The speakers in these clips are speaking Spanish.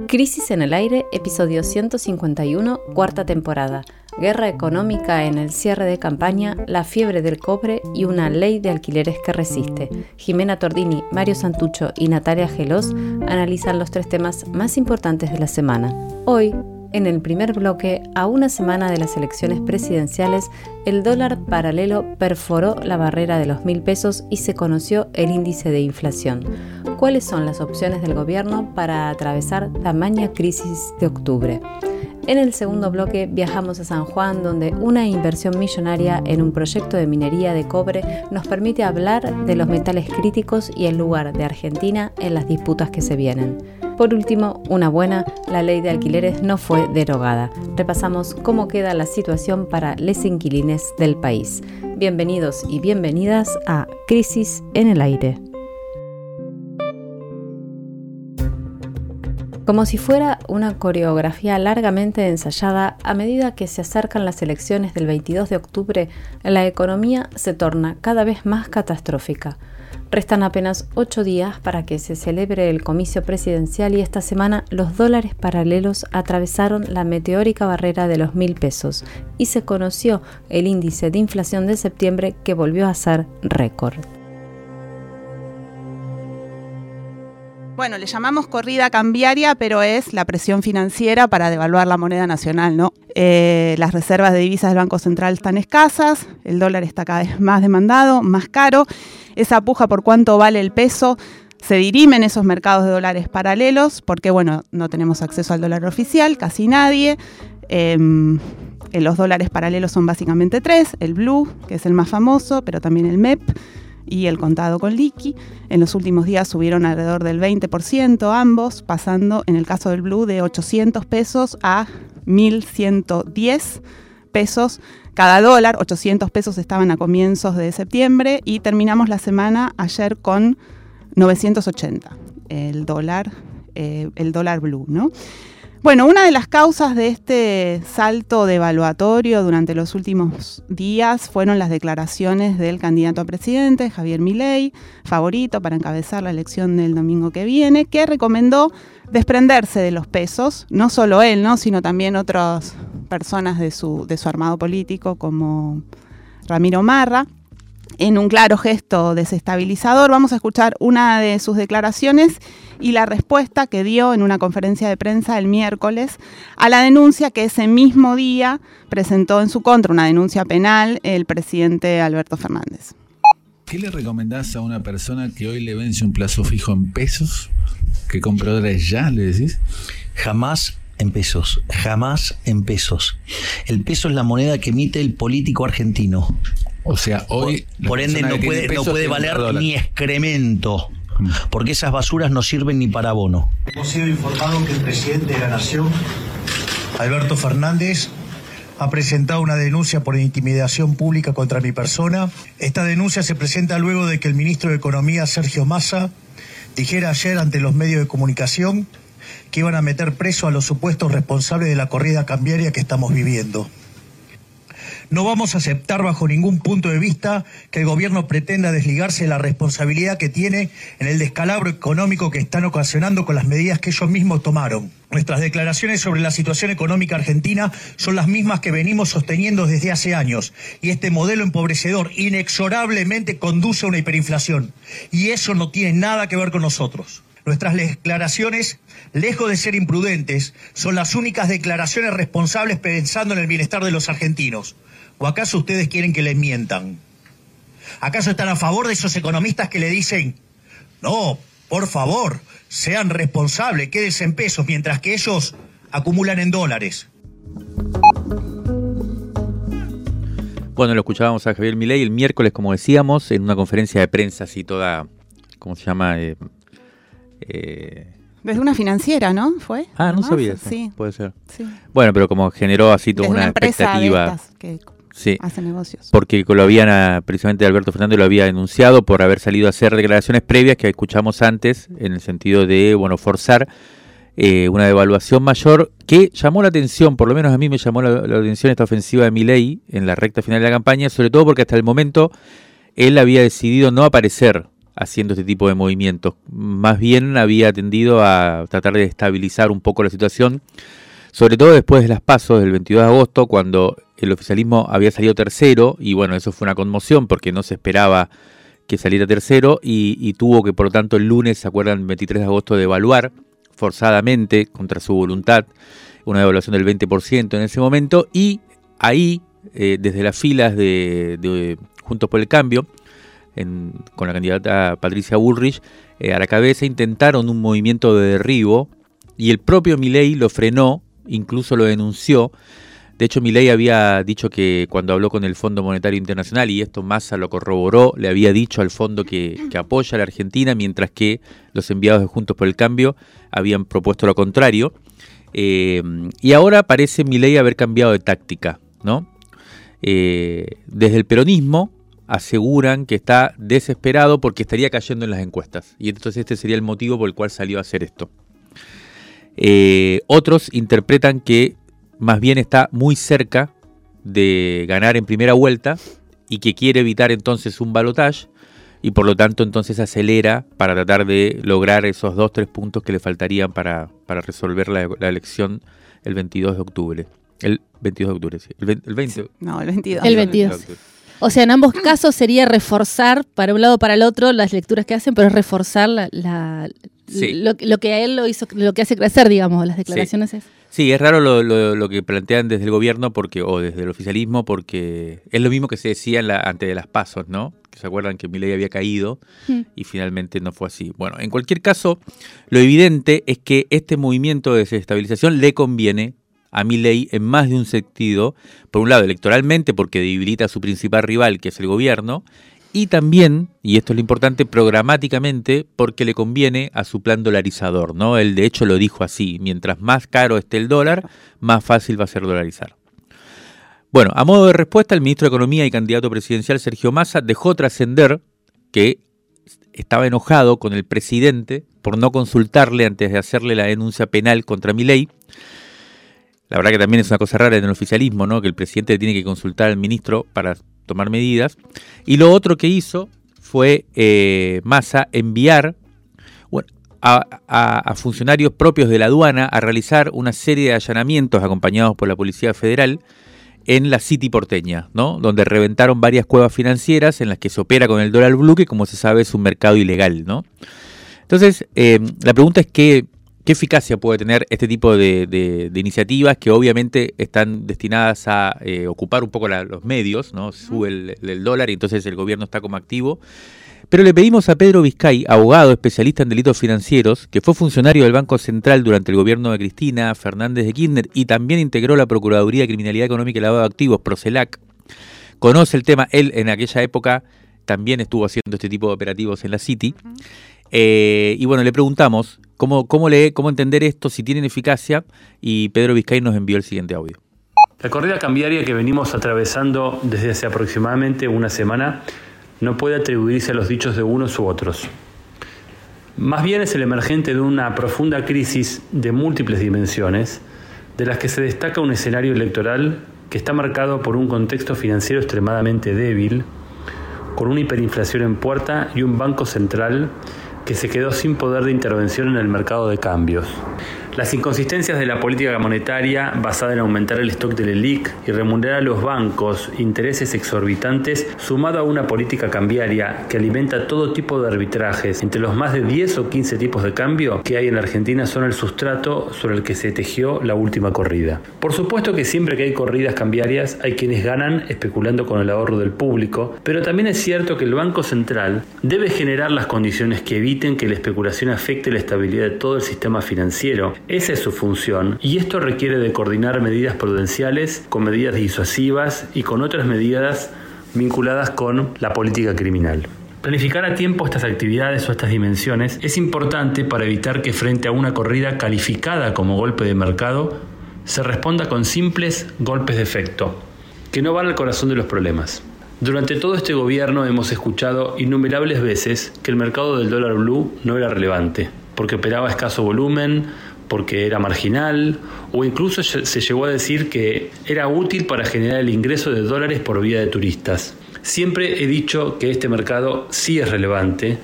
Crisis en el aire, episodio 151, cuarta temporada. Guerra económica en el cierre de campaña, la fiebre del cobre y una ley de alquileres que resiste. Jimena Tordini, Mario Santucho y Natalia Gelos analizan los tres temas más importantes de la semana. Hoy, en el primer bloque, a una semana de las elecciones presidenciales, el dólar paralelo perforó la barrera de los 1.000 pesos y se conoció el índice de inflación. ¿Cuáles son las opciones del gobierno para atravesar tamaña crisis de octubre? En el segundo bloque viajamos a San Juan, donde una inversión millonaria en un proyecto de minería de cobre nos permite hablar de los metales críticos y el lugar de Argentina en las disputas que se vienen. Por último, una buena, la ley de alquileres no fue derogada. Repasamos cómo queda la situación para les inquilines del país. Bienvenidos y bienvenidas a Crisis en el aire. Como si fuera una coreografía largamente ensayada, a medida que se acercan las elecciones del 22 de octubre, la economía se torna cada vez más catastrófica. Restan apenas 8 días para que se celebre el comicio presidencial y esta semana los dólares paralelos atravesaron la meteórica barrera de los 1.000 pesos y se conoció el índice de inflación de septiembre que volvió a ser récord. Bueno, le llamamos corrida cambiaria, pero es la presión financiera para devaluar la moneda nacional, ¿no? Las reservas de divisas del Banco Central están escasas, el dólar está cada vez más demandado, más caro. Esa puja por cuánto vale el peso se dirime en esos mercados de dólares paralelos, porque bueno, no tenemos acceso al dólar oficial, casi nadie. Los dólares paralelos son básicamente tres: el blue, que es el más famoso, pero también el MEP, y el contado con liqui. En los últimos días subieron alrededor del 20% ambos, pasando en el caso del blue de 800 pesos a 1.110 pesos cada dólar. 800 pesos estaban a comienzos de septiembre y terminamos la semana ayer con 980, el dólar blue, ¿no? Bueno, una de las causas de este salto devaluatorio durante los últimos días fueron las declaraciones del candidato a presidente, Javier Milei, favorito para encabezar la elección del domingo que viene, que recomendó desprenderse de los pesos, no solo él, ¿no?, sino también otras personas de su armado político como Ramiro Marra, en un claro gesto desestabilizador. Vamos a escuchar una de sus declaraciones y la respuesta que dio en una conferencia de prensa el miércoles a la denuncia que ese mismo día presentó en su contra, una denuncia penal, el presidente Alberto Fernández. ¿Qué le recomendás a una persona que hoy le vence un plazo fijo en pesos, que compre dólares ya, le decís? Jamás en pesos, jamás en pesos. El peso es la moneda que emite el político argentino. O sea, hoy por ende no puede valer ni excremento, porque esas basuras no sirven ni para abono. Hemos sido informados que el presidente de la Nación, Alberto Fernández, ha presentado una denuncia por intimidación pública contra mi persona. Esta denuncia se presenta luego de que el ministro de Economía, Sergio Massa, dijera ayer ante los medios de comunicación que iban a meter preso a los supuestos responsables de la corrida cambiaria que estamos viviendo. No vamos a aceptar bajo ningún punto de vista que el gobierno pretenda desligarse de la responsabilidad que tiene en el descalabro económico que están ocasionando con las medidas que ellos mismos tomaron. Nuestras declaraciones sobre la situación económica argentina son las mismas que venimos sosteniendo desde hace años, y este modelo empobrecedor inexorablemente conduce a una hiperinflación, y eso no tiene nada que ver con nosotros. Nuestras declaraciones, lejos de ser imprudentes, son las únicas declaraciones responsables pensando en el bienestar de los argentinos. ¿O acaso ustedes quieren que les mientan? ¿Acaso están a favor de esos economistas que le dicen: no, por favor, sean responsables, quédense en pesos, mientras que ellos acumulan en dólares? Bueno, lo escuchábamos a Javier Milei el miércoles, como decíamos, en una conferencia de prensa así toda, ¿cómo se llama? Desde una financiera, ¿no? ¿Fue? Ah, no sabía eso. Sí. Puede ser. Sí. Bueno, pero como generó así toda una expectativa. De estas que sí, hace negocios. Porque lo habían, precisamente Alberto Fernández lo había denunciado por haber salido a hacer declaraciones previas que escuchamos antes, en el sentido de, bueno, forzar una devaluación mayor, que llamó la atención, por lo menos a mí me llamó la atención esta ofensiva de Milei en la recta final de la campaña, sobre todo porque hasta el momento él había decidido no aparecer haciendo este tipo de movimientos. Más bien había tendido a tratar de estabilizar un poco la situación, sobre todo después de las PASO del 22 de agosto, cuando el oficialismo había salido tercero, y bueno, eso fue una conmoción porque no se esperaba que saliera tercero, y tuvo que, por lo tanto, el lunes, ¿se acuerdan?, el 23 de agosto, devaluar forzadamente, contra su voluntad, una devaluación del 20% en ese momento, y ahí, desde las filas de Juntos por el Cambio, con la candidata Patricia Bullrich a la cabeza, intentaron un movimiento de derribo, y el propio Milei lo frenó, incluso lo denunció. De hecho, Milei había dicho que cuando habló con el Fondo Monetario Internacional, y esto Massa lo corroboró, le había dicho al fondo que apoya a la Argentina, mientras que los enviados de Juntos por el Cambio habían propuesto lo contrario. Y ahora parece Milei haber cambiado de táctica, ¿no? Desde el peronismo aseguran que está desesperado porque estaría cayendo en las encuestas. Y entonces este sería el motivo por el cual salió a hacer esto. Otros interpretan que más bien está muy cerca de ganar en primera vuelta y que quiere evitar entonces un balotaje, y por lo tanto entonces acelera para tratar de lograr esos 2-3 puntos que le faltarían para resolver la elección el 22 de octubre. El 22 de octubre, sí. El 20. No, el 22. El 22. O sea, en ambos casos sería reforzar para un lado o para el otro las lecturas que hacen, pero es reforzar sí, lo que a él lo que hace crecer, digamos, las declaraciones. Sí. Sí, es raro lo que plantean desde el gobierno o desde el oficialismo, porque es lo mismo que se decía antes de las PASO, ¿no? Que se acuerdan que Milei había caído y finalmente no fue así. Bueno, en cualquier caso, lo evidente es que este movimiento de desestabilización le conviene a Milei en más de un sentido. Por un lado, electoralmente, porque debilita a su principal rival, que es el gobierno, y también, y esto es lo importante, programáticamente, porque le conviene a su plan dolarizador, ¿no? Él de hecho lo dijo así: mientras más caro esté el dólar, más fácil va a ser dolarizar. Bueno, a modo de respuesta, el ministro de Economía y candidato presidencial Sergio Massa dejó trascender que estaba enojado con el presidente por no consultarle antes de hacerle la denuncia penal contra Milei. La verdad que también es una cosa rara en el oficialismo, ¿no? Que el presidente tiene que consultar al ministro para tomar medidas. Y lo otro que hizo fue Massa enviar a funcionarios propios de la aduana a realizar una serie de allanamientos acompañados por la Policía Federal en la City porteña, ¿no? Donde reventaron varias cuevas financieras en las que se opera con el dólar blue, que como se sabe es un mercado ilegal, ¿no? Entonces, la pregunta es ¿qué eficacia puede tener este tipo de iniciativas que obviamente están destinadas a ocupar un poco los medios, ¿no? Sube el dólar y entonces el gobierno está como activo. Pero le pedimos a Pedro Vizcay, abogado especialista en delitos financieros, que fue funcionario del Banco Central durante el gobierno de Cristina Fernández de Kirchner y también integró la Procuraduría de Criminalidad Económica y Lavado de Activos, Procelac. Conoce el tema, él en aquella época también estuvo haciendo este tipo de operativos en la City. Y bueno, le preguntamos cómo entender esto, si tienen eficacia, y Pedro Vizcay nos envió el siguiente audio. La corrida cambiaria que venimos atravesando desde hace aproximadamente una semana no puede atribuirse a los dichos de unos u otros. Más bien es el emergente de una profunda crisis de múltiples dimensiones, de las que se destaca un escenario electoral que está marcado por un contexto financiero extremadamente débil, con una hiperinflación en puerta y un banco central que se quedó sin poder de intervención en el mercado de cambios. Las inconsistencias de la política monetaria basada en aumentar el stock del ELIC y remunerar a los bancos intereses exorbitantes, sumado a una política cambiaria que alimenta todo tipo de arbitrajes entre los más de 10 o 15 tipos de cambio que hay en Argentina, son el sustrato sobre el que se tejió la última corrida. Por supuesto que siempre que hay corridas cambiarias hay quienes ganan especulando con el ahorro del público, pero también es cierto que el Banco Central debe generar las condiciones que eviten que la especulación afecte la estabilidad de todo el sistema financiero. Esa es su función, y esto requiere de coordinar medidas prudenciales con medidas disuasivas y con otras medidas vinculadas con la política criminal. Planificar a tiempo estas actividades o estas dimensiones es importante para evitar que frente a una corrida calificada como golpe de mercado se responda con simples golpes de efecto, que no van al corazón de los problemas. Durante todo este gobierno hemos escuchado innumerables veces que el mercado del dólar blue no era relevante, porque operaba escaso volumen, porque era marginal, o incluso se llegó a decir que era útil para generar el ingreso de dólares por vía de turistas. Siempre he dicho que este mercado sí es relevante,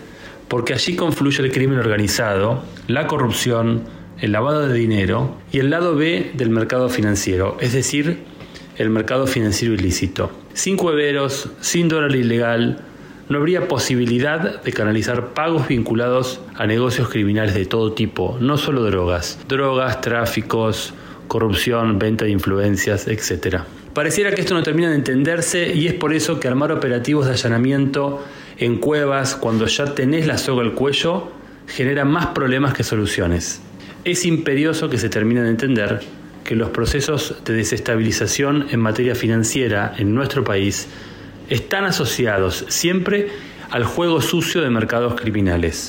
porque allí confluye el crimen organizado, la corrupción, el lavado de dinero y el lado B del mercado financiero, es decir, el mercado financiero ilícito. Sin cueveros, sin dólar ilegal, no habría posibilidad de canalizar pagos vinculados a negocios criminales de todo tipo, no solo drogas, tráficos, corrupción, venta de influencias, etc. Pareciera que esto no termina de entenderse y es por eso que armar operativos de allanamiento en cuevas cuando ya tenés la soga al cuello genera más problemas que soluciones. Es imperioso que se termine de entender que los procesos de desestabilización en materia financiera en nuestro país están asociados siempre al juego sucio de mercados criminales.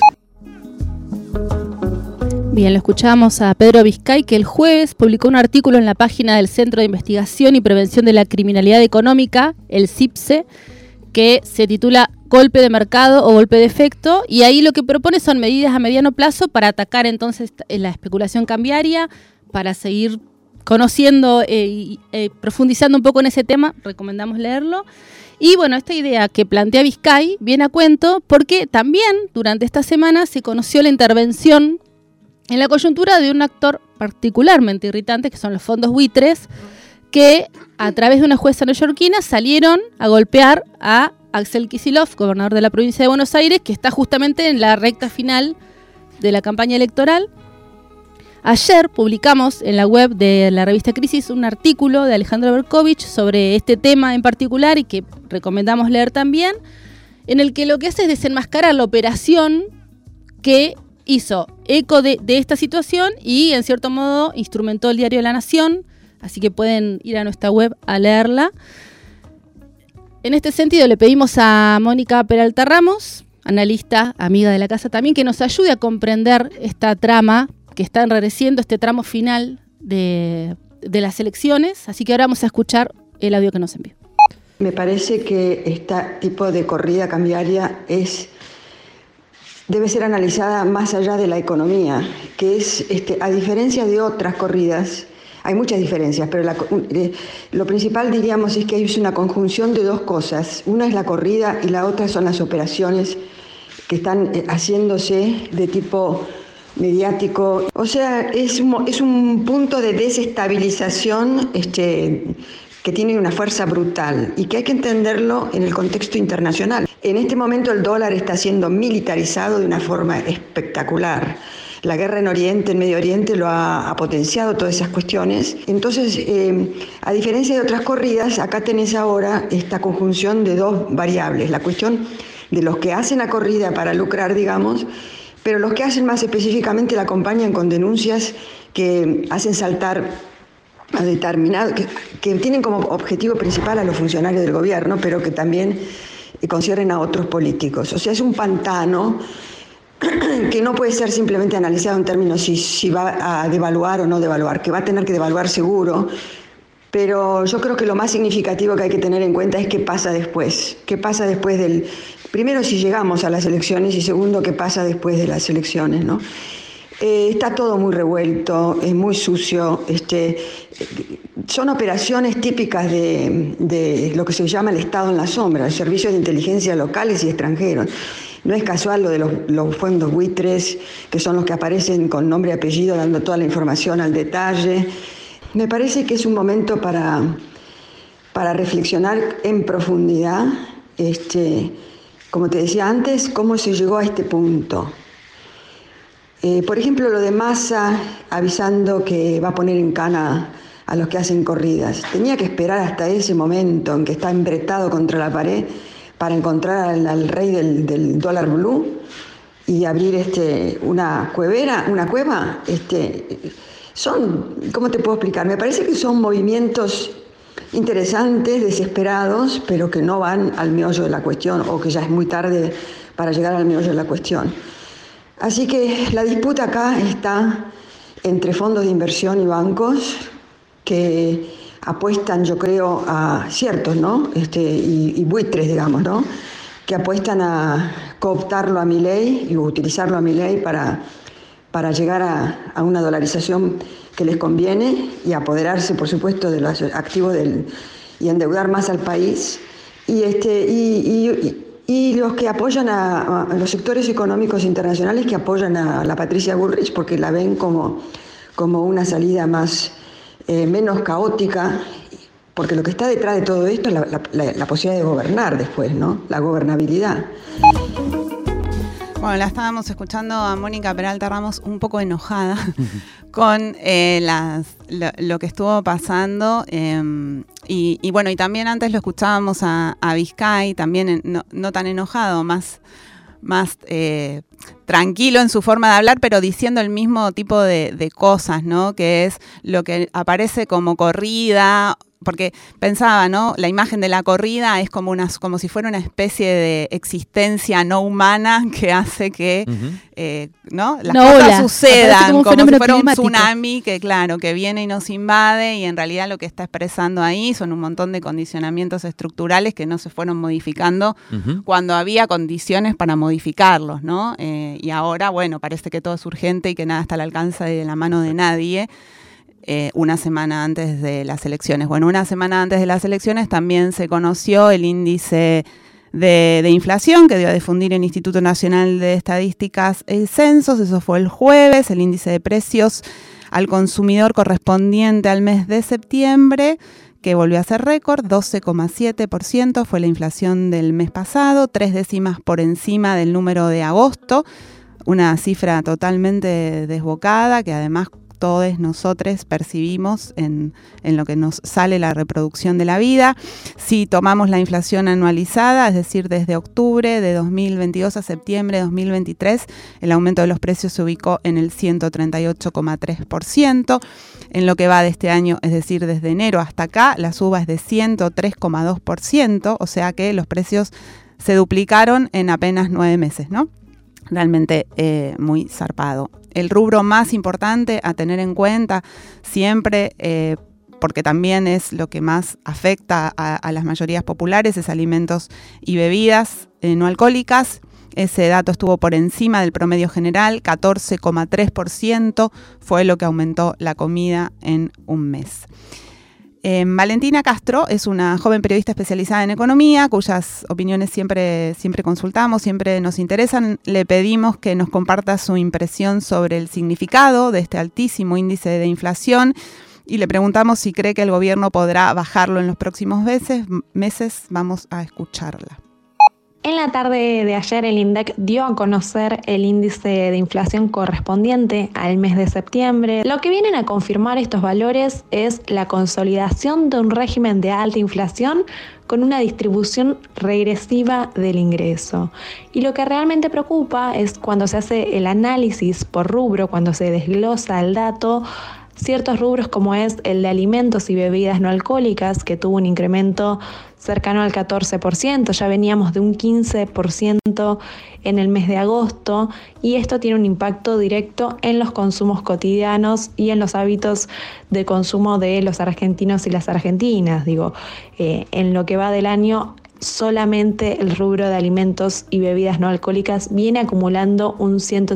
Bien, lo escuchamos a Pedro Vizcay, que el jueves publicó un artículo en la página del Centro de Investigación y Prevención de la Criminalidad Económica, el CIPSE, que se titula Golpe de mercado o golpe de efecto, y ahí lo que propone son medidas a mediano plazo para atacar entonces la especulación cambiaria, para seguir conociendo y profundizando un poco en ese tema. Recomendamos leerlo. Y bueno, esta idea que plantea Vizcay viene a cuento porque también durante esta semana se conoció la intervención en la coyuntura de un actor particularmente irritante, que son los fondos buitres, que a través de una jueza neoyorquina salieron a golpear a Axel Kicillof, gobernador de la provincia de Buenos Aires, que está justamente en la recta final de la campaña electoral. Ayer publicamos en la web de la revista Crisis un artículo de Alejandro Berkovich sobre este tema en particular y que recomendamos leer también, en el que lo que hace es desenmascarar la operación que hizo eco de esta situación y en cierto modo instrumentó el diario La Nación, así que pueden ir a nuestra web a leerla. En este sentido le pedimos a Mónica Peralta Ramos, analista, amiga de la casa también, que nos ayude a comprender esta trama que está enrareciendo este tramo final de las elecciones. Así que ahora vamos a escuchar el audio que nos envió. Me parece que este tipo de corrida cambiaria debe ser analizada más allá de la economía, que es, a diferencia de otras corridas, hay muchas diferencias, pero lo principal, diríamos, es que hay una conjunción de dos cosas. Una es la corrida y la otra son las operaciones que están haciéndose de tipo mediático. O sea, es un punto de desestabilización que tiene una fuerza brutal y que hay que entenderlo en el contexto internacional. En este momento el dólar está siendo militarizado de una forma espectacular. La guerra en Oriente, en Medio Oriente, lo ha potenciado todas esas cuestiones. Entonces, a diferencia de otras corridas, acá tenés ahora esta conjunción de dos variables. La cuestión de los que hacen la corrida para lucrar, digamos, pero los que hacen más específicamente la acompañan con denuncias que hacen saltar a determinados, que tienen como objetivo principal a los funcionarios del gobierno, pero que también conciernen a otros políticos. O sea, es un pantano que no puede ser simplemente analizado en términos si va a devaluar o no devaluar, que va a tener que devaluar seguro, pero yo creo que lo más significativo que hay que tener en cuenta es qué pasa después. ¿Qué pasa después primero, si llegamos a las elecciones, y segundo, qué pasa después de las elecciones, ¿no? Está todo muy revuelto, es muy sucio. Son operaciones típicas de lo que se llama el Estado en la sombra, servicios de inteligencia locales y extranjeros. No es casual lo de los fondos buitres, que son los que aparecen con nombre y apellido, dando toda la información al detalle. Me parece que es un momento para reflexionar en profundidad, como te decía antes, cómo se llegó a este punto. Por ejemplo, lo de Massa avisando que va a poner en cana a los que hacen corridas. Tenía que esperar hasta ese momento en que está embretado contra la pared para encontrar al rey del dólar blue y abrir una cueva. ¿Cómo te puedo explicar? Me parece que son movimientos interesantes, desesperados, pero que no van al meollo de la cuestión, o que ya es muy tarde para llegar al meollo de la cuestión. Así que la disputa acá está entre fondos de inversión y bancos que apuestan, yo creo, a ciertos, ¿no? Y buitres, digamos, ¿no? Que apuestan a cooptarlo a Milei y utilizarlo a Milei para llegar a una dolarización que les conviene y apoderarse, por supuesto, de los activos y endeudar más al país. Y y los que apoyan a los sectores económicos internacionales que apoyan a la Patricia Bullrich porque la ven como una salida menos caótica, porque lo que está detrás de todo esto es la posibilidad de gobernar después, ¿no? La gobernabilidad. Bueno, la estábamos escuchando a Mónica Peralta Ramos un poco enojada con lo que estuvo pasando y bueno, y también antes lo escuchábamos a Vizcay, también no tan enojado, más tranquilo en su forma de hablar, pero diciendo el mismo tipo de cosas, ¿no? Que es lo que aparece como corrida. Porque pensaba, ¿no? La imagen de la corrida es como si fuera una especie de existencia no humana que hace que ¿no? Las cosas sucedan, como si fuera climático. Un tsunami que viene y nos invade, y en realidad lo que está expresando ahí son un montón de condicionamientos estructurales que no se fueron modificando cuando había condiciones para modificarlos, ¿no? Y ahora, bueno, parece que todo es urgente y que nada está al alcance de la mano de nadie. Una semana antes de las elecciones. Bueno, una semana antes de las elecciones también se conoció el índice de inflación que dio a difundir el Instituto Nacional de Estadísticas Censos. Eso fue el jueves. El índice de precios al consumidor correspondiente al mes de septiembre, que volvió a ser récord, 12,7% fue la inflación del mes pasado, 3 décimas por encima del número de agosto, una cifra totalmente desbocada que además todos nosotros percibimos en lo que nos sale la reproducción de la vida. Si tomamos la inflación anualizada, es decir, desde octubre de 2022 a septiembre de 2023, el aumento de los precios se ubicó en el 138,3%. En lo que va de este año, es decir, desde enero hasta acá, la suba es de 103,2%, o sea que los precios se duplicaron en apenas 9 meses, ¿no? Realmente muy zarpado. El rubro más importante a tener en cuenta siempre, porque también es lo que más afecta a las mayorías populares, es alimentos y bebidas no alcohólicas. Ese dato estuvo por encima del promedio general, 14,3% fue lo que aumentó la comida en un mes. Valentina Castro es una joven periodista especializada en economía, cuyas opiniones siempre consultamos, siempre nos interesan. Le pedimos que nos comparta su impresión sobre el significado de este altísimo índice de inflación y le preguntamos si cree que el gobierno podrá bajarlo en los próximos meses. Vamos a escucharla. En la tarde de ayer el INDEC dio a conocer el índice de inflación correspondiente al mes de septiembre. Lo que vienen a confirmar estos valores es la consolidación de un régimen de alta inflación con una distribución regresiva del ingreso. Y lo que realmente preocupa es cuando se hace el análisis por rubro, cuando se desglosa el dato, ciertos rubros como es el de alimentos y bebidas no alcohólicas, que tuvo un incremento cercano al 14%, ya veníamos de un 15% en el mes de agosto, y esto tiene un impacto directo en los consumos cotidianos y en los hábitos de consumo de los argentinos y las argentinas. En lo que va del año, solamente el rubro de alimentos y bebidas no alcohólicas viene acumulando un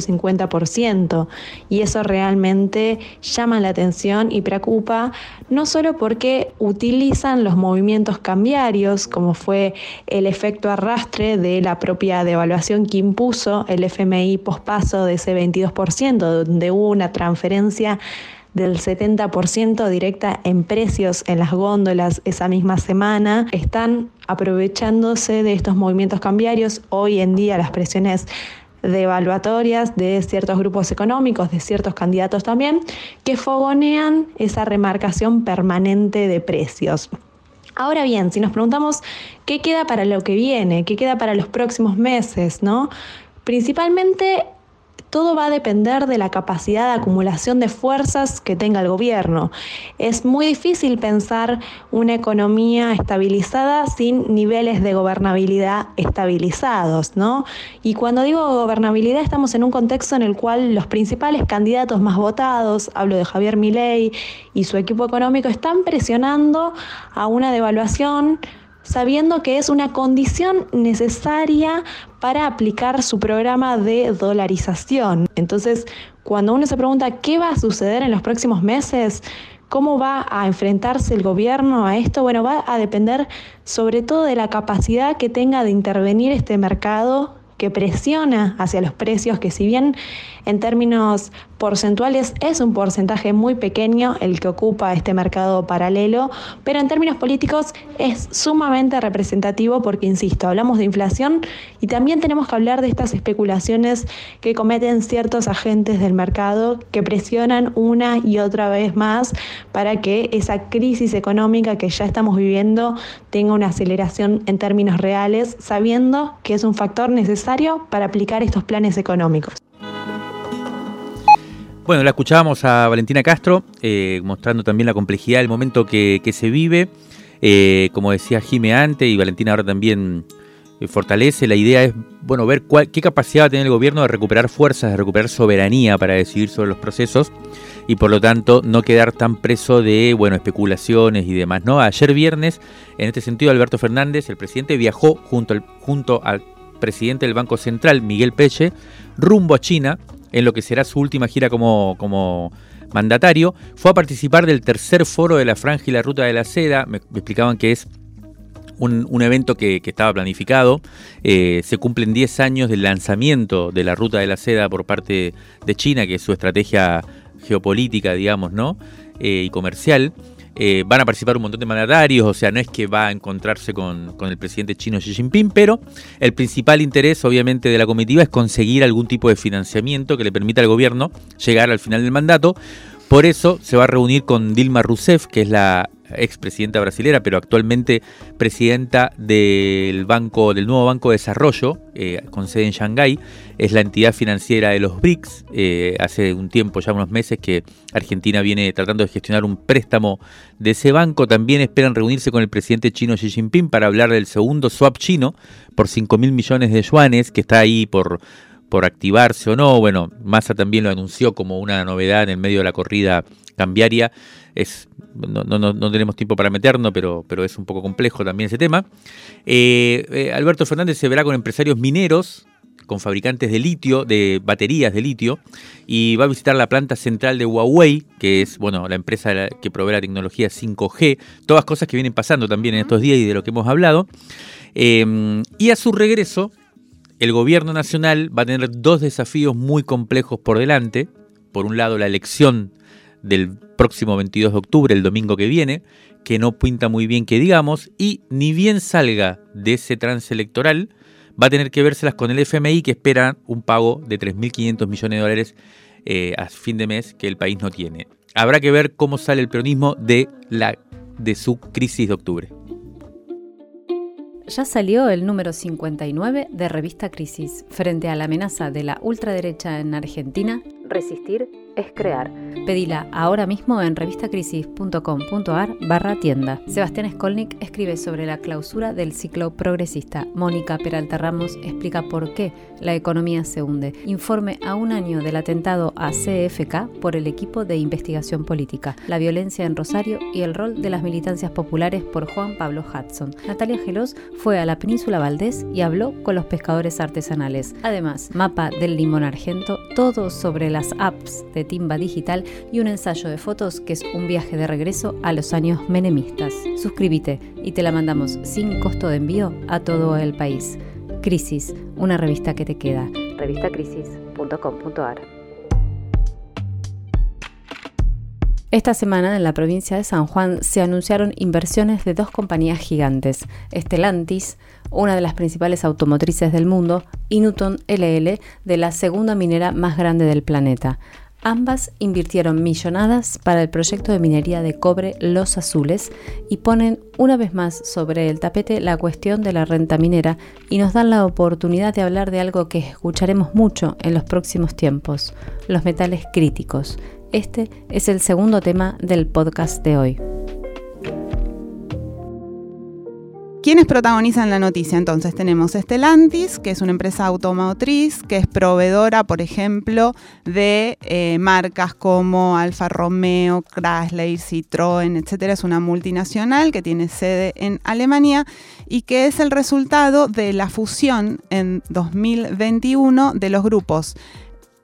150%, y eso realmente llama la atención y preocupa, no solo porque utilizan los movimientos cambiarios, como fue el efecto arrastre de la propia devaluación que impuso el FMI pospaso de ese 22%, donde hubo una transferencia del 70% directa en precios en las góndolas esa misma semana. Están aprovechándose de estos movimientos cambiarios hoy en día, las presiones devaluatorias de ciertos grupos económicos, de ciertos candidatos también, que fogonean esa remarcación permanente de precios. Ahora bien, si nos preguntamos qué queda para lo que viene, qué queda para los próximos meses, ¿no? Principalmente todo va a depender de la capacidad de acumulación de fuerzas que tenga el gobierno. Es muy difícil pensar una economía estabilizada sin niveles de gobernabilidad estabilizados, ¿no? Y cuando digo gobernabilidad, estamos en un contexto en el cual los principales candidatos más votados, hablo de Javier Milei y su equipo económico, están presionando a una devaluación, sabiendo que es una condición necesaria para aplicar su programa de dolarización. Entonces, cuando uno se pregunta qué va a suceder en los próximos meses, ¿Cómo va a enfrentarse el gobierno a esto? Bueno, va a depender sobre todo de la capacidad que tenga de intervenir este mercado que presiona hacia los precios, que si bien en términos porcentuales es un porcentaje muy pequeño el que ocupa este mercado paralelo, pero en términos políticos es sumamente representativo porque, insisto, hablamos de inflación y también tenemos que hablar de estas especulaciones que cometen ciertos agentes del mercado que presionan una y otra vez más para que esa crisis económica que ya estamos viviendo tenga una aceleración en términos reales, sabiendo que es un factor necesario para aplicar estos planes económicos. Bueno, la escuchábamos a Valentina Castro, mostrando también la complejidad del momento que se vive. Como decía Jime antes, y Valentina ahora también fortalece, la idea es ver qué capacidad va a tener el gobierno de recuperar fuerzas, de recuperar soberanía para decidir sobre los procesos y por lo tanto no quedar tan preso de especulaciones y demás, ¿no? Ayer viernes, en este sentido, Alberto Fernández, el presidente, viajó junto al presidente del Banco Central, Miguel Pelle, rumbo a China, en lo que será su última gira como mandatario. Fue a participar del tercer foro de la Franja y la Ruta de la Seda. Me explicaban que es un evento que estaba planificado. Se cumplen 10 años del lanzamiento de la Ruta de la Seda por parte de China, que es su estrategia geopolítica, digamos, ¿no? Y comercial. Van a participar un montón de mandatarios, o sea, no es que va a encontrarse con el presidente chino Xi Jinping, pero el principal interés, obviamente, de la comitiva es conseguir algún tipo de financiamiento que le permita al gobierno llegar al final del mandato. Por eso se va a reunir con Dilma Rousseff, que es la expresidenta brasilera, pero actualmente presidenta del nuevo Banco de Desarrollo, con sede en Shanghái. Es la entidad financiera de los BRICS. Hace un tiempo, ya unos meses, que Argentina viene tratando de gestionar un préstamo de ese banco. También esperan reunirse con el presidente chino Xi Jinping para hablar del segundo swap chino por 5.000 millones de yuanes, que está ahí por activarse o no. Bueno, Massa también lo anunció como una novedad en el medio de la corrida cambiaria. No tenemos tiempo para meternos, pero es un poco complejo también ese tema. Alberto Fernández se verá con empresarios mineros, con fabricantes de litio, de baterías de litio, y va a visitar la planta central de Huawei, que es la empresa que provee la tecnología 5G, todas cosas que vienen pasando también en estos días y de lo que hemos hablado. Y a su regreso, el gobierno nacional va a tener 2 desafíos muy complejos por delante. Por un lado, la elección del próximo 22 de octubre, el domingo que viene, que no pinta muy bien que digamos, y ni bien salga de ese trance electoral, va a tener que vérselas con el FMI, que espera un pago de 3.500 millones de dólares a fin de mes que el país no tiene. Habrá que ver cómo sale el peronismo de su crisis de octubre. Ya salió el número 59 de Revista Crisis. Frente a la amenaza de la ultraderecha en Argentina, resistir es crear. Pedila ahora mismo en revistacrisis.com.ar/tienda. Sebastián Skolnick escribe sobre la clausura del ciclo progresista. Mónica Peralta Ramos explica por qué la economía se hunde. Informe a un año del atentado a CFK por el equipo de investigación política. La violencia en Rosario y el rol de las militancias populares por Juan Pablo Hudson. Natalia Gelós fue a la península Valdés y habló con los pescadores artesanales. Además, mapa del limón argento, todo sobre las apps de timba digital y un ensayo de fotos que es un viaje de regreso a los años menemistas. Suscríbete y te la mandamos sin costo de envío a todo el país. Crisis, una revista que te queda. revistacrisis.com.ar. Esta semana en la provincia de San Juan se anunciaron inversiones de 2 compañías gigantes, Stellantis, una de las principales automotrices del mundo, y Nuton LL, de la segunda minera más grande del planeta. Ambas invirtieron millonadas para el proyecto de minería de cobre Los Azules y ponen una vez más sobre el tapete la cuestión de la renta minera y nos dan la oportunidad de hablar de algo que escucharemos mucho en los próximos tiempos, los metales críticos. Este es el segundo tema del podcast de hoy. ¿Quiénes protagonizan la noticia? Entonces tenemos Stellantis, que es una empresa automotriz que es proveedora, por ejemplo, de marcas como Alfa Romeo, Chrysler, Citroën, etcétera. Es una multinacional que tiene sede en Alemania y que es el resultado de la fusión en 2021 de los grupos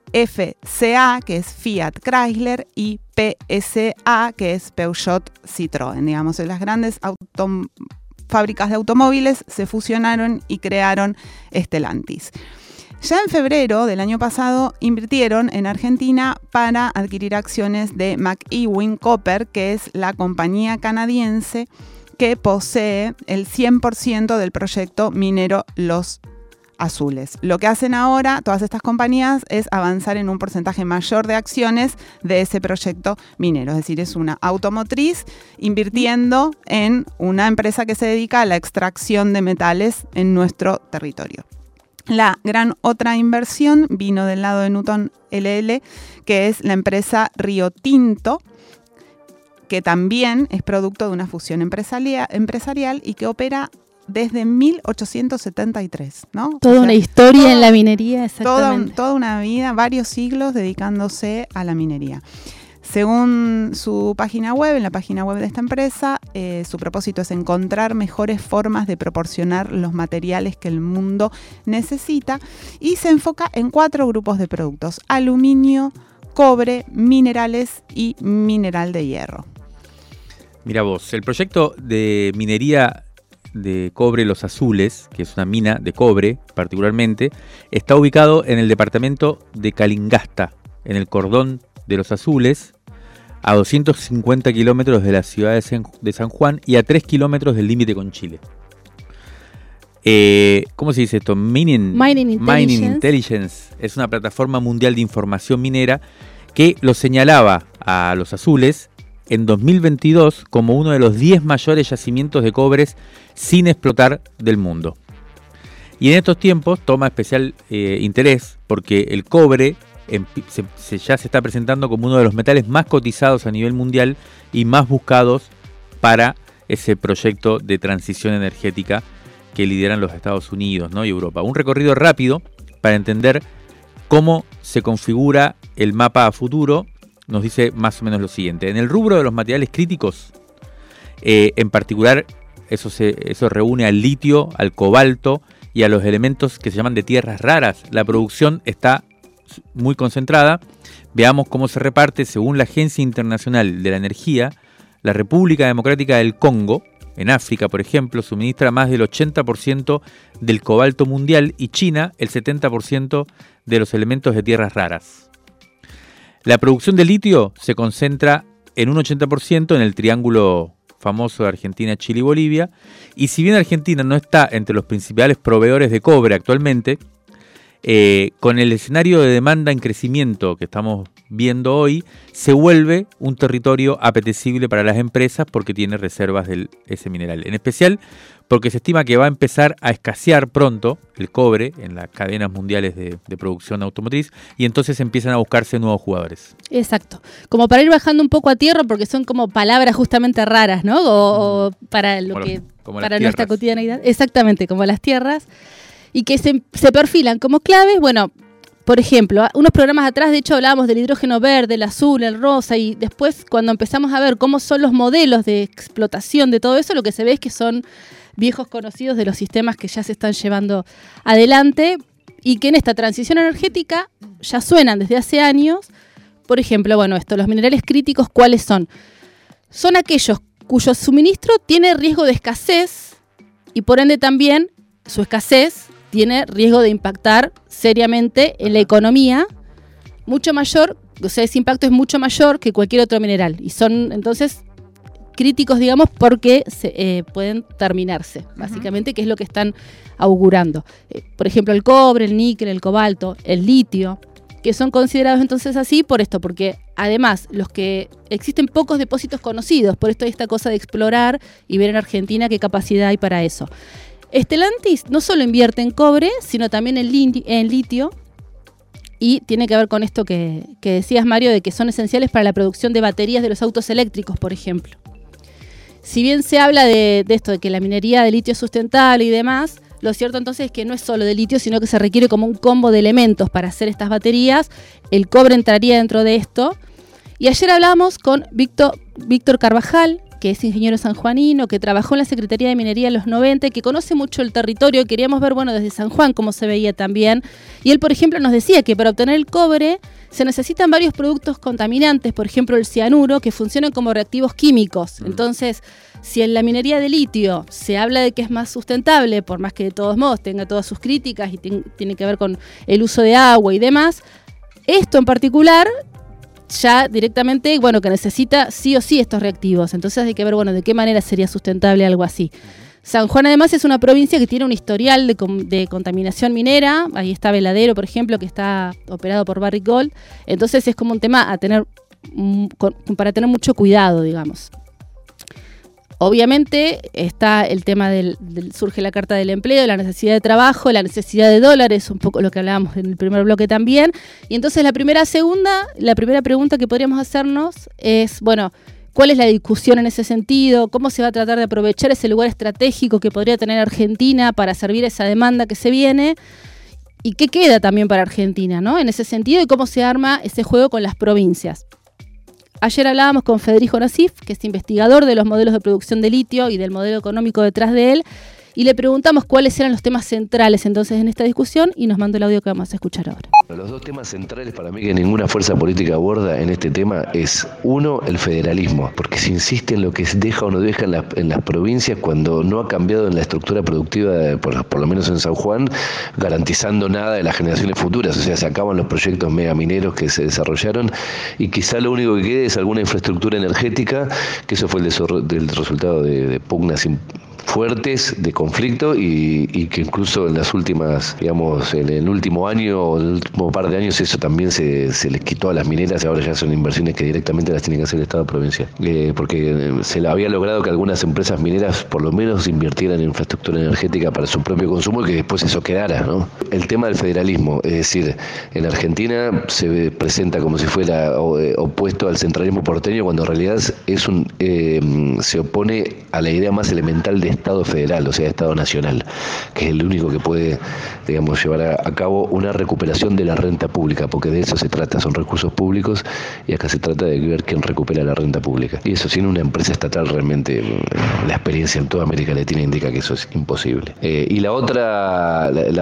FCA, que es Fiat Chrysler, y PSA, que es Peugeot Citroën. Digamos, las grandes fábricas de automóviles se fusionaron y crearon Stellantis. Ya en febrero del año pasado invirtieron en Argentina para adquirir acciones de McEwen Copper, que es la compañía canadiense que posee el 100% del proyecto minero Los Azules. Lo que hacen ahora todas estas compañías es avanzar en un porcentaje mayor de acciones de ese proyecto minero. Es decir, es una automotriz invirtiendo en una empresa que se dedica a la extracción de metales en nuestro territorio. La gran otra inversión vino del lado de Nuton LL, que es la empresa Río Tinto, que también es producto de una fusión empresarial y que opera desde 1873, ¿no? Toda una historia en la minería, exactamente. Toda una vida, varios siglos dedicándose a la minería. Según su página web, en la página web de esta empresa, su propósito es encontrar mejores formas de proporcionar los materiales que el mundo necesita y se enfoca en 4 grupos de productos: aluminio, cobre, minerales y mineral de hierro. Mira vos, el proyecto de minería de cobre Los Azules, que es una mina de cobre particularmente, está ubicado en el departamento de Calingasta, en el cordón de Los Azules, a 250 kilómetros de la ciudad de San Juan y a 3 kilómetros del límite con Chile. ¿Cómo se dice esto? Mining Intelligence es una plataforma mundial de información minera que lo señalaba a Los Azules en 2022 como uno de los 10 mayores yacimientos de cobre sin explotar del mundo. Y en estos tiempos toma especial interés porque el cobre ya se está presentando como uno de los metales más cotizados a nivel mundial y más buscados para ese proyecto de transición energética que lideran los Estados Unidos, ¿no? y Europa. Un recorrido rápido para entender cómo se configura el mapa a futuro nos dice más o menos lo siguiente. En el rubro de los materiales críticos, en particular, eso reúne al litio, al cobalto y a los elementos que se llaman de tierras raras. La producción está muy concentrada. Veamos cómo se reparte. Según la Agencia Internacional de la Energía, la República Democrática del Congo, en África, por ejemplo, suministra más del 80% del cobalto mundial y China el 70% de los elementos de tierras raras. La producción de litio se concentra en un 80% en el triángulo famoso de Argentina, Chile y Bolivia, y si bien Argentina no está entre los principales proveedores de cobre actualmente, con el escenario de demanda en crecimiento que estamos viendo hoy, se vuelve un territorio apetecible para las empresas porque tiene reservas de ese mineral. En especial porque se estima que va a empezar a escasear pronto el cobre en las cadenas mundiales de producción automotriz y entonces empiezan a buscarse nuevos jugadores. Exacto. Como para ir bajando un poco a tierra porque son como palabras justamente raras, ¿no? O para lo que para nuestra cotidianidad. Exactamente, como las tierras. Y que se perfilan como claves, bueno, por ejemplo, unos programas atrás de hecho hablábamos del hidrógeno verde, el azul, el rosa, y después cuando empezamos a ver cómo son los modelos de explotación de todo eso, lo que se ve es que son viejos conocidos de los sistemas que ya se están llevando adelante y que en esta transición energética ya suenan desde hace años. Por ejemplo, bueno, los minerales críticos, ¿cuáles son? Son aquellos cuyo suministro tiene riesgo de escasez y por ende también su escasez tiene riesgo de impactar seriamente en la economía, mucho mayor, o sea, ese impacto es mucho mayor que cualquier otro mineral. Y son entonces críticos, digamos, porque pueden terminarse, básicamente, que es lo que están augurando. Por ejemplo, el cobre, el níquel, el cobalto, el litio, que son considerados entonces así por esto, porque además los que existen pocos depósitos conocidos, por esto hay esta cosa de explorar y ver en Argentina qué capacidad hay para eso. Stellantis no solo invierte en cobre, sino también en litio, y tiene que ver con esto que decías, Mario, de que son esenciales para la producción de baterías de los autos eléctricos, por ejemplo. Si bien se habla de esto, de que la minería de litio es sustentable y demás, lo cierto entonces es que no es solo de litio, sino que se requiere como un combo de elementos para hacer estas baterías. El cobre entraría dentro de esto. Y ayer hablamos con Víctor Carvajal, que es ingeniero sanjuanino, que trabajó en la Secretaría de Minería en los 90, que conoce mucho el territorio. Queríamos ver, desde San Juan cómo se veía también. Y él, por ejemplo, nos decía que para obtener el cobre se necesitan varios productos contaminantes, por ejemplo el cianuro, que funcionan como reactivos químicos. Entonces, si en la minería de litio se habla de que es más sustentable, por más que de todos modos tenga todas sus críticas y tiene que ver con el uso de agua y demás, esto en particular ya directamente, que necesita sí o sí estos reactivos. Entonces hay que ver, de qué manera sería sustentable algo así. San Juan además es una provincia que tiene un historial de contaminación minera. Ahí está Veladero, por ejemplo, que está operado por Barrick Gold. Entonces es como un tema a tener para tener mucho cuidado, digamos. Obviamente está el tema surge la carta del empleo, la necesidad de trabajo, la necesidad de dólares, un poco lo que hablábamos en el primer bloque también. Y entonces la primera pregunta que podríamos hacernos es, ¿cuál es la discusión en ese sentido? ¿Cómo se va a tratar de aprovechar ese lugar estratégico que podría tener Argentina para servir esa demanda que se viene? ¿Y qué queda también para Argentina, ¿no? En ese sentido, y cómo se arma ese juego con las provincias. Ayer hablábamos con Federico Nasif, que es investigador de los modelos de producción de litio y del modelo económico detrás de él, y le preguntamos cuáles eran los temas centrales entonces en esta discusión, y nos mandó el audio que vamos a escuchar ahora. Los dos temas centrales para mí que ninguna fuerza política aborda en este tema es, uno, el federalismo, porque se insiste en lo que deja o no deja en las provincias cuando no ha cambiado en la estructura productiva, por lo menos en San Juan, garantizando nada de las generaciones futuras. O sea, se acaban los proyectos megamineros que se desarrollaron y quizá lo único que quede es alguna infraestructura energética, que eso fue del resultado de pugnas fuertes de conflicto y que incluso en las últimas, en el último año o el último par de años eso también se les quitó a las mineras y ahora ya son inversiones que directamente las tiene que hacer el Estado provincial. Porque se le había logrado que algunas empresas mineras por lo menos invirtieran en infraestructura energética para su propio consumo y que después eso quedara, ¿no? El tema del federalismo, es decir, en Argentina se presenta como si fuera opuesto al centralismo porteño cuando en realidad se opone a la idea más elemental de Estado federal, o sea, Estado nacional, que es el único que puede, llevar a cabo una recuperación de la renta pública, porque de eso se trata, son recursos públicos y acá se trata de ver quién recupera la renta pública. Y eso sin una empresa estatal realmente, la experiencia en toda América Latina indica que eso es imposible. Y la otra,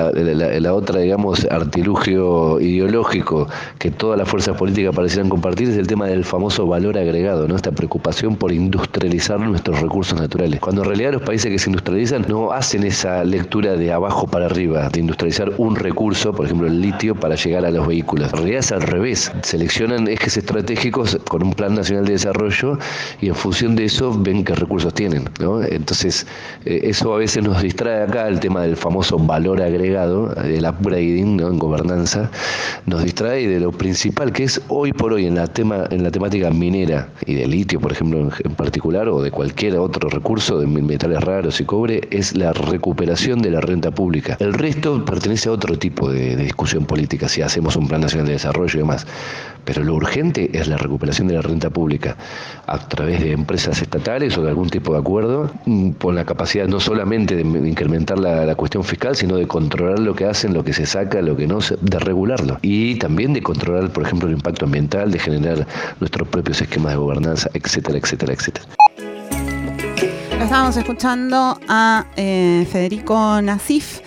artilugio ideológico que todas las fuerzas políticas parecieran compartir es el tema del famoso valor agregado, ¿no? Esta preocupación por industrializar nuestros recursos naturales. Cuando en realidad los países que se industrializan no hacen esa lectura de abajo para arriba, de industrializar un recurso, por ejemplo el litio, para llegar a los vehículos. En realidad es al revés, seleccionan ejes estratégicos con un plan nacional de desarrollo y en función de eso ven qué recursos tienen, ¿no? Entonces eso a veces nos distrae acá, el tema del famoso valor agregado, del upgrading, ¿no? En gobernanza, nos distrae de lo principal que es hoy por hoy en la temática minera y de litio, por ejemplo, en particular, o de cualquier otro recurso de metales raros y cobre, es la recuperación de la renta pública. El resto pertenece a otro tipo de discusión política, si hacemos un plan nacional de desarrollo y demás. Pero lo urgente es la recuperación de la renta pública a través de empresas estatales o de algún tipo de acuerdo, con la capacidad no solamente de incrementar la cuestión fiscal, sino de controlar lo que hacen, lo que se saca, lo que no, de regularlo. Y también de controlar, por ejemplo, el impacto ambiental, de generar nuestros propios esquemas de gobernanza, etcétera, etcétera, etcétera. Estábamos escuchando a Federico Nasif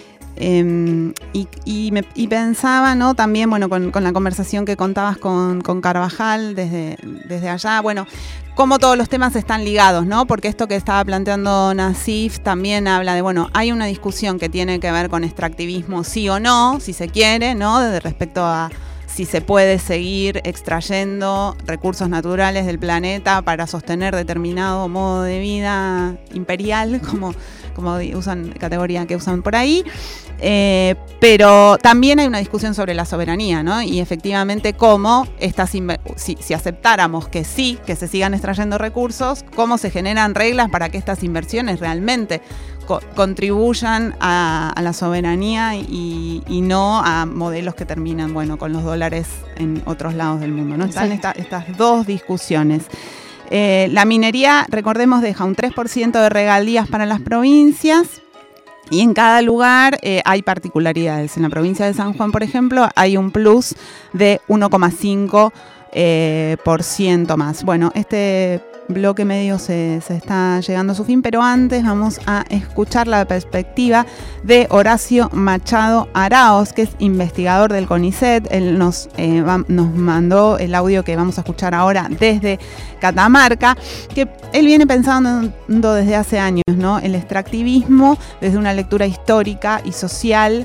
y pensaba, ¿no? También, con la conversación que contabas con Carvajal desde allá, cómo todos los temas están ligados, ¿no? Porque esto que estaba planteando Nasif también habla de, hay una discusión que tiene que ver con extractivismo, sí o no, si se quiere, ¿no? Respecto a si se puede seguir extrayendo recursos naturales del planeta para sostener determinado modo de vida imperial, como usan categoría que usan por ahí. Pero también hay una discusión sobre la soberanía, ¿no? Y efectivamente cómo si aceptáramos que sí, que se sigan extrayendo recursos, cómo se generan reglas para que estas inversiones realmente contribuyan a la soberanía y no a modelos que terminan, con los dólares en otros lados del mundo, ¿no? Están estas dos discusiones. La minería, recordemos, deja un 3% de regalías para las provincias y en cada lugar hay particularidades. En la provincia de San Juan, por ejemplo, hay un plus de 1,5% más. Este bloque medio se está llegando a su fin, pero antes vamos a escuchar la perspectiva de Horacio Machado Araoz, que es investigador del CONICET. Él nos mandó el audio que vamos a escuchar ahora desde Catamarca, que él viene pensando desde hace años, ¿no? El extractivismo desde una lectura histórica y social.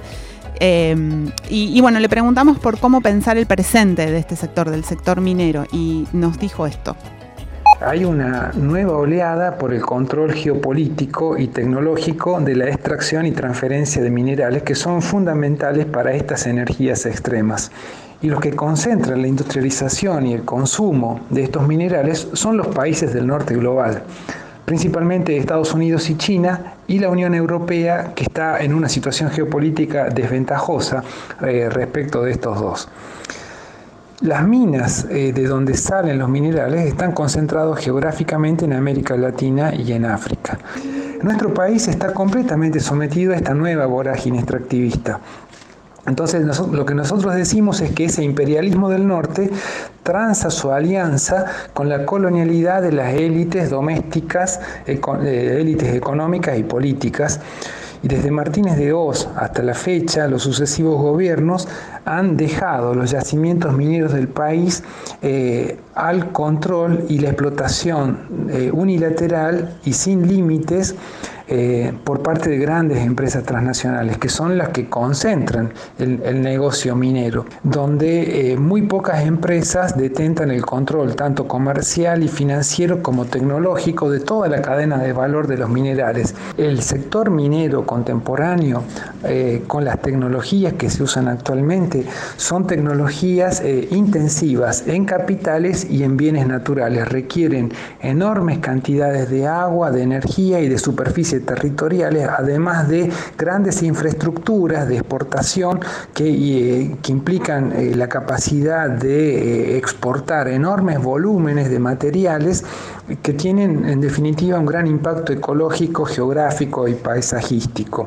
Y bueno, le preguntamos por cómo pensar el presente de este sector, del sector minero, y nos dijo esto. Hay una nueva oleada por el control geopolítico y tecnológico de la extracción y transferencia de minerales que son fundamentales para estas energías extremas. Y los que concentran la industrialización y el consumo de estos minerales son los países del norte global, principalmente Estados Unidos y China, y la Unión Europea, que está en una situación geopolítica desventajosa respecto de estos dos. Las minas de donde salen los minerales están concentrados geográficamente en América Latina y en África. Nuestro país está completamente sometido a esta nueva vorágine extractivista. Entonces lo que nosotros decimos es que ese imperialismo del norte tranza su alianza con la colonialidad de las élites domésticas, élites económicas y políticas. Y desde Martínez de Hoz hasta la fecha, los sucesivos gobiernos han dejado los yacimientos mineros del país al control y la explotación unilateral y sin límites por parte de grandes empresas transnacionales, que son las que concentran el negocio minero, donde muy pocas empresas detentan el control tanto comercial y financiero como tecnológico de toda la cadena de valor de los minerales. El sector minero contemporáneo, con las tecnologías que se usan actualmente, son tecnologías intensivas en capitales y en bienes naturales. Requieren enormes cantidades de agua, de energía y de superficie territoriales, además de grandes infraestructuras de exportación que implican la capacidad de exportar enormes volúmenes de materiales que tienen en definitiva un gran impacto ecológico, geográfico y paisajístico.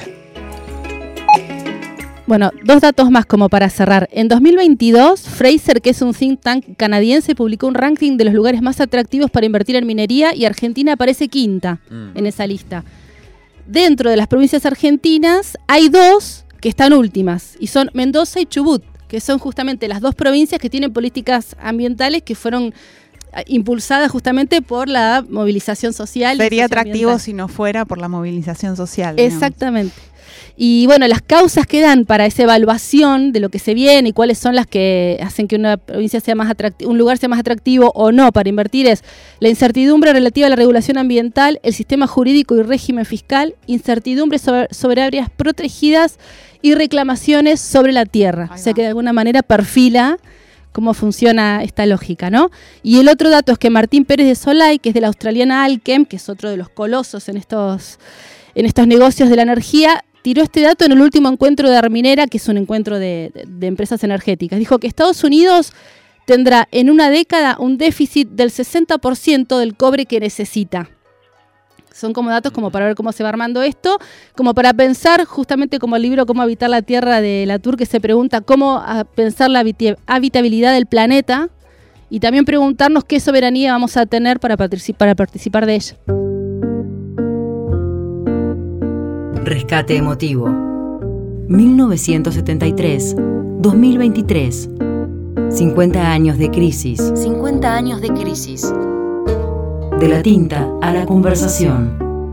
Bueno, 2 datos más como para cerrar. En 2022, Fraser, que es un think tank canadiense, publicó un ranking de los lugares más atractivos para invertir en minería y Argentina aparece quinta en esa lista. Dentro de las provincias argentinas hay 2 que están últimas y son Mendoza y Chubut, que son justamente las 2 provincias que tienen políticas ambientales que fueron impulsadas justamente por la movilización social. Sería atractivo si no fuera por la movilización social. Exactamente. Digamos. Y bueno, las causas que dan para esa evaluación de lo que se viene y cuáles son las que hacen que una provincia sea más atractiva, un lugar sea más atractivo o no para invertir es la incertidumbre relativa a la regulación ambiental, el sistema jurídico y régimen fiscal, incertidumbre sobre áreas protegidas y reclamaciones sobre la tierra. O sea que de alguna manera perfila cómo funciona esta lógica, ¿no? Y el otro dato es que Martín Pérez de Solay, que es de la australiana Allkem, que es otro de los colosos en estos negocios de la energía, tiró este dato en el último encuentro de Arminera, que es un encuentro de empresas energéticas. Dijo que Estados Unidos tendrá en una década un déficit del 60% del cobre que necesita. Son como datos como para ver cómo se va armando esto, como para pensar justamente como el libro Cómo habitar la Tierra de Latour, que se pregunta cómo pensar la habitabilidad del planeta y también preguntarnos qué soberanía vamos a tener para participar de ella. Rescate emotivo. 1973-2023. 50 años de crisis. 50 años de crisis. De la tinta a la conversación.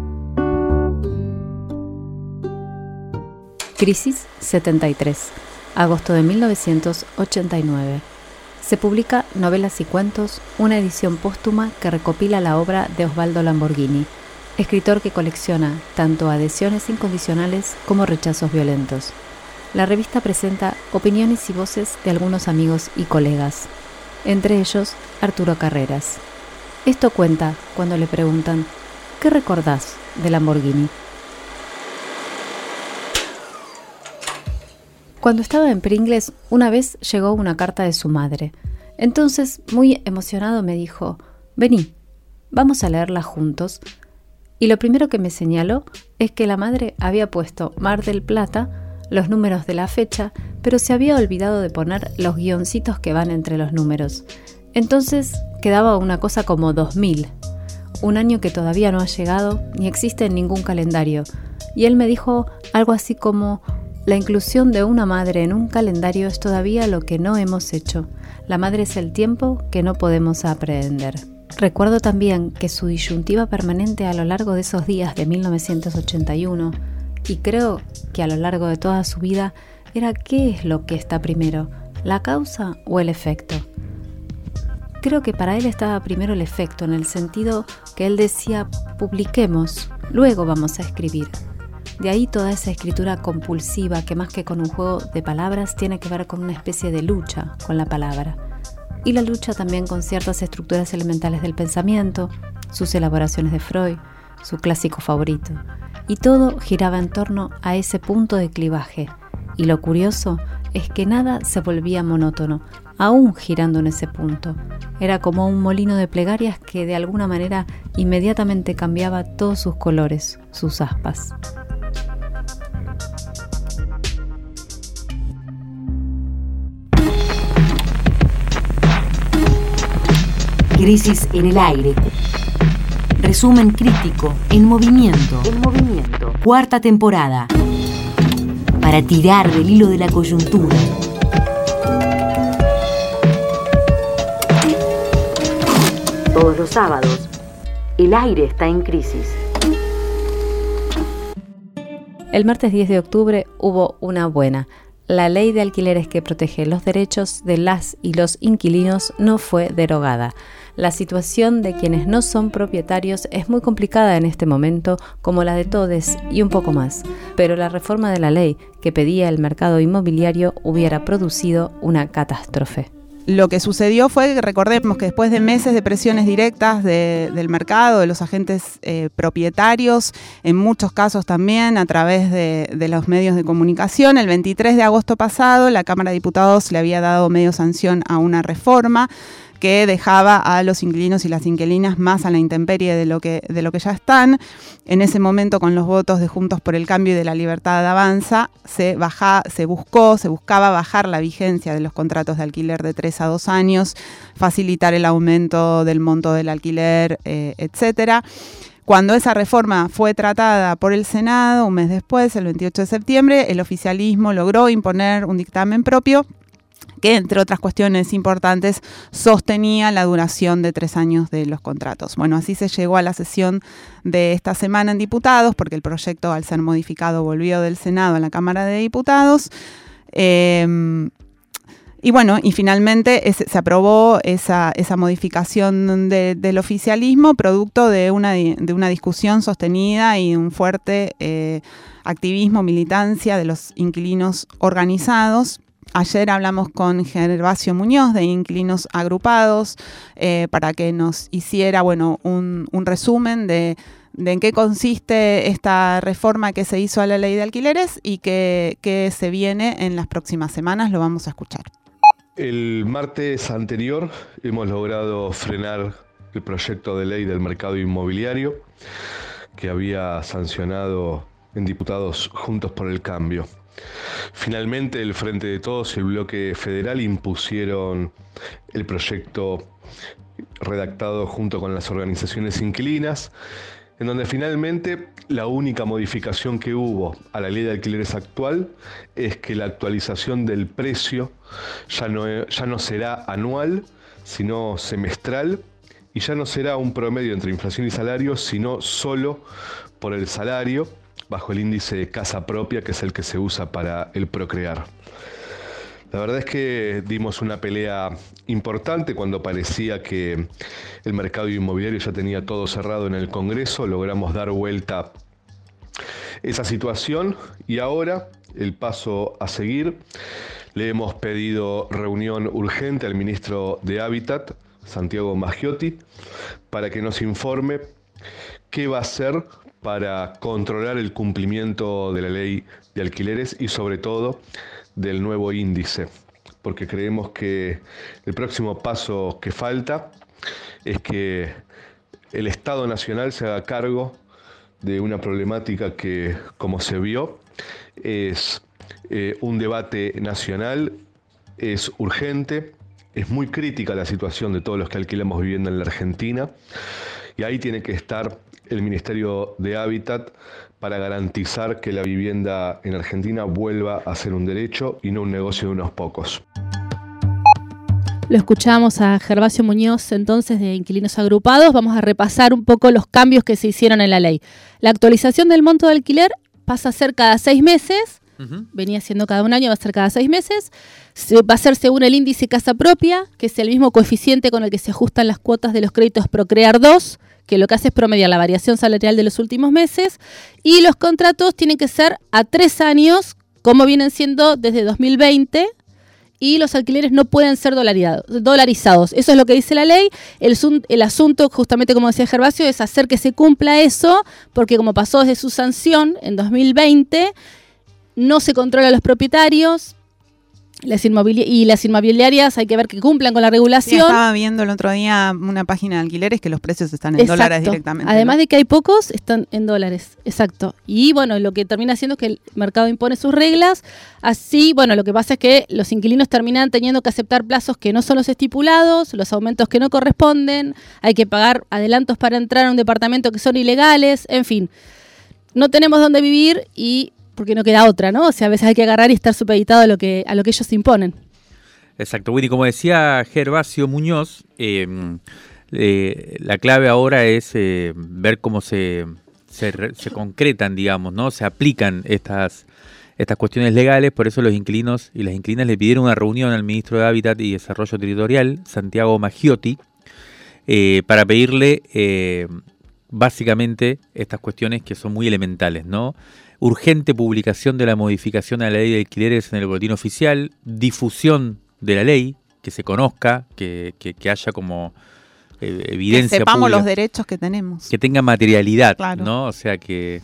Crisis 73. Agosto de 1989. Se publica Novelas y Cuentos, una edición póstuma que recopila la obra de Osvaldo Lamborghini, escritor que colecciona tanto adhesiones incondicionales como rechazos violentos. La revista presenta opiniones y voces de algunos amigos y colegas, entre ellos Arturo Carreras. Esto cuenta cuando le preguntan ¿qué recordás de Lamborghini? Cuando estaba en Pringles, una vez llegó una carta de su madre. Entonces, muy emocionado, me dijo: «Vení, vamos a leerla juntos». Y lo primero que me señaló es que la madre había puesto Mar del Plata, los números de la fecha, pero se había olvidado de poner los guioncitos que van entre los números. Entonces quedaba una cosa como 2000, un año que todavía no ha llegado ni existe en ningún calendario. Y él me dijo algo así como: la inclusión de una madre en un calendario es todavía lo que no hemos hecho. La madre es el tiempo que no podemos aprehender. Recuerdo también que su disyuntiva permanente a lo largo de esos días de 1981, y creo que a lo largo de toda su vida, era ¿qué es lo que está primero? ¿La causa o el efecto? Creo que para él estaba primero el efecto, en el sentido que él decía: publiquemos, luego vamos a escribir. De ahí toda esa escritura compulsiva que más que con un juego de palabras tiene que ver con una especie de lucha con la palabra. Y la lucha también con ciertas estructuras elementales del pensamiento, sus elaboraciones de Freud, su clásico favorito. Y todo giraba en torno a ese punto de clivaje. Y lo curioso es que nada se volvía monótono, aún girando en ese punto. Era como un molino de plegarias que de alguna manera inmediatamente cambiaba todos sus colores, sus aspas. Crisis en el aire. Resumen crítico en movimiento. Cuarta temporada. Para tirar del hilo de la coyuntura. Todos los sábados, el aire está en crisis. El martes 10 de octubre hubo una buena. La ley de alquileres que protege los derechos de las y los inquilinos no fue derogada. La situación de quienes no son propietarios es muy complicada en este momento, como la de todes y un poco más, pero la reforma de la ley que pedía el mercado inmobiliario hubiera producido una catástrofe. Lo que sucedió fue que recordemos que después de meses de presiones directas del mercado, de los agentes propietarios, en muchos casos también a través de los medios de comunicación, el 23 de agosto pasado la Cámara de Diputados le había dado medio sanción a una reforma que dejaba a los inquilinos y las inquilinas más a la intemperie de lo que ya están. En ese momento, con los votos de Juntos por el Cambio y de la Libertad de Avanza, se buscaba bajar la vigencia de los contratos de alquiler de 3 a 2 años, facilitar el aumento del monto del alquiler, etcétera. Cuando esa reforma fue tratada por el Senado, un mes después, el 28 de septiembre, el oficialismo logró imponer un dictamen propio que, entre otras cuestiones importantes, sostenía la duración de 3 años de los contratos. Bueno, así se llegó a la sesión de esta semana en diputados, porque el proyecto, al ser modificado, volvió del Senado a la Cámara de Diputados. Y bueno, y finalmente se aprobó esa modificación del oficialismo, producto de una discusión sostenida y un fuerte activismo, militancia de los inquilinos organizados. Ayer hablamos con Gervasio Muñoz de Inquilinos Agrupados para que nos hiciera un resumen de en qué consiste esta reforma que se hizo a la ley de alquileres y que se viene en las próximas semanas. Lo vamos a escuchar. El martes anterior hemos logrado frenar el proyecto de ley del mercado inmobiliario que había sancionado en diputados Juntos por el Cambio. Finalmente, el Frente de Todos y el Bloque Federal impusieron el proyecto redactado junto con las organizaciones inquilinas, en donde finalmente la única modificación que hubo a la ley de alquileres actual es que la actualización del precio ya no será anual, sino semestral, y ya no será un promedio entre inflación y salario, sino solo por el salario, bajo el índice de casa propia, que es el que se usa para el procrear. La verdad es que dimos una pelea importante cuando parecía que el mercado inmobiliario ya tenía todo cerrado en el Congreso. Logramos dar vuelta esa situación y ahora el paso a seguir. Le hemos pedido reunión urgente al ministro de Hábitat, Santiago Maggiotti, para que nos informe qué va a hacer para controlar el cumplimiento de la ley de alquileres y sobre todo del nuevo índice, porque creemos que el próximo paso que falta es que el Estado Nacional se haga cargo de una problemática que, como se vio, es un debate nacional, es urgente, Es muy crítica la situación de todos los que alquilamos vivienda en la Argentina y ahí tiene que estar el Ministerio de Hábitat para garantizar que la vivienda en Argentina vuelva a ser un derecho y no un negocio de unos pocos. Lo escuchamos a Gervasio Muñoz, entonces, de Inquilinos Agrupados. Vamos a repasar un poco los cambios que se hicieron en la ley. La actualización del monto de alquiler pasa a ser cada 6 meses. Venía siendo cada un año, va a ser cada 6 meses. Va a ser según el índice Casa Propia, que es el mismo coeficiente con el que se ajustan las cuotas de los créditos Procrear 2, que lo que hace es promediar la variación salarial de los últimos meses. Y los contratos tienen que ser a 3 años, como vienen siendo desde 2020. Y los alquileres no pueden ser dolarizados. Eso es lo que dice la ley. El asunto, justamente como decía Gervasio, es hacer que se cumpla eso, porque como pasó desde su sanción en 2020, no se controla a los propietarios. Las inmobiliarias hay que ver que cumplan con la regulación. Sí, estaba viendo el otro día una página de alquileres que los precios están en dólares directamente. Además de que hay pocos, están en dólares. Exacto. Y bueno, lo que termina haciendo es que el mercado impone sus reglas. Así, bueno, lo que pasa es que los inquilinos terminan teniendo que aceptar plazos que no son los estipulados, los aumentos que no corresponden, hay que pagar adelantos para entrar a un departamento que son ilegales, en fin. No tenemos dónde vivir y porque no queda otra, ¿no? O sea, a veces hay que agarrar y estar supeditado a lo que ellos imponen. Exacto, Winnie. Como decía Gervasio Muñoz, la clave ahora es ver cómo se concretan, digamos, ¿no? Se aplican estas cuestiones legales. Por eso los inquilinos y las inquilinas le pidieron una reunión al ministro de Hábitat y Desarrollo Territorial, Santiago Maggiotti, para pedirle básicamente estas cuestiones que son muy elementales, ¿no? Urgente publicación de la modificación a la ley de alquileres en el boletín oficial, difusión de la ley, que se conozca, que haya como evidencia que sepamos pública, los derechos que tenemos. que tenga materialidad, Claro. ¿no? O sea, que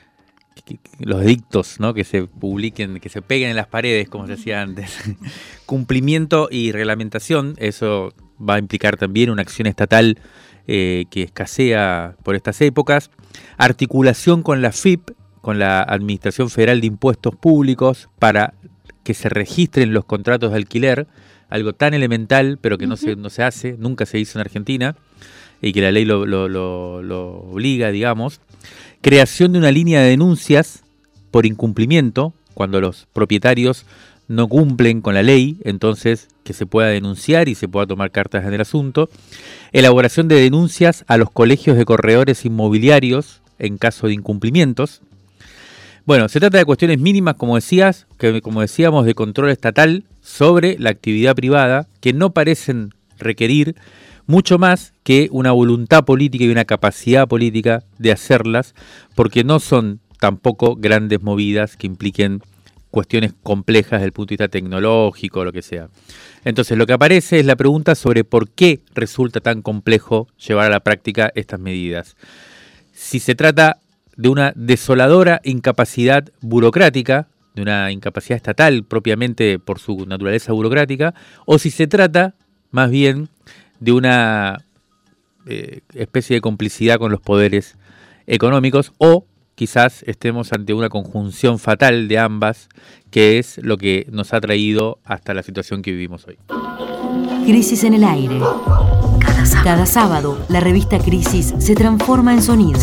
los edictos, ¿no? Que se publiquen, que se peguen en las paredes, como se hacía antes. Cumplimiento y reglamentación, eso va a implicar también una acción estatal que escasea por estas épocas. Articulación con la FIP, con la Administración Federal de Impuestos Públicos, para que se registren los contratos de alquiler, algo tan elemental, pero que no se hace, nunca se hizo en Argentina, y que la ley lo obliga, digamos. Creación de una línea de denuncias por incumplimiento, cuando los propietarios no cumplen con la ley, entonces que se pueda denunciar y se pueda tomar cartas en el asunto. Elaboración de denuncias a los colegios de corredores inmobiliarios en caso de incumplimientos. Bueno, se trata de cuestiones mínimas, como decíamos, de control estatal sobre la actividad privada, que no parecen requerir mucho más que una voluntad política y una capacidad política de hacerlas, porque no son tampoco grandes movidas que impliquen cuestiones complejas desde el punto de vista tecnológico o lo que sea. Entonces, lo que aparece es la pregunta sobre por qué resulta tan complejo llevar a la práctica estas medidas. Si se trata de una desoladora incapacidad burocrática, de una incapacidad estatal propiamente por su naturaleza burocrática, o si se trata más bien de una especie de complicidad con los poderes económicos, o quizás estemos ante una conjunción fatal de ambas, que es lo que nos ha traído hasta la situación que vivimos hoy. Crisis en el aire. Cada sábado, la revista Crisis se transforma en sonido.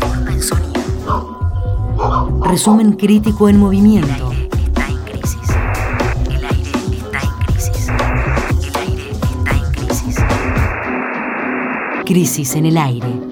Resumen crítico en movimiento. El aire está en crisis. El aire está en crisis. El aire está en crisis. Crisis en el aire.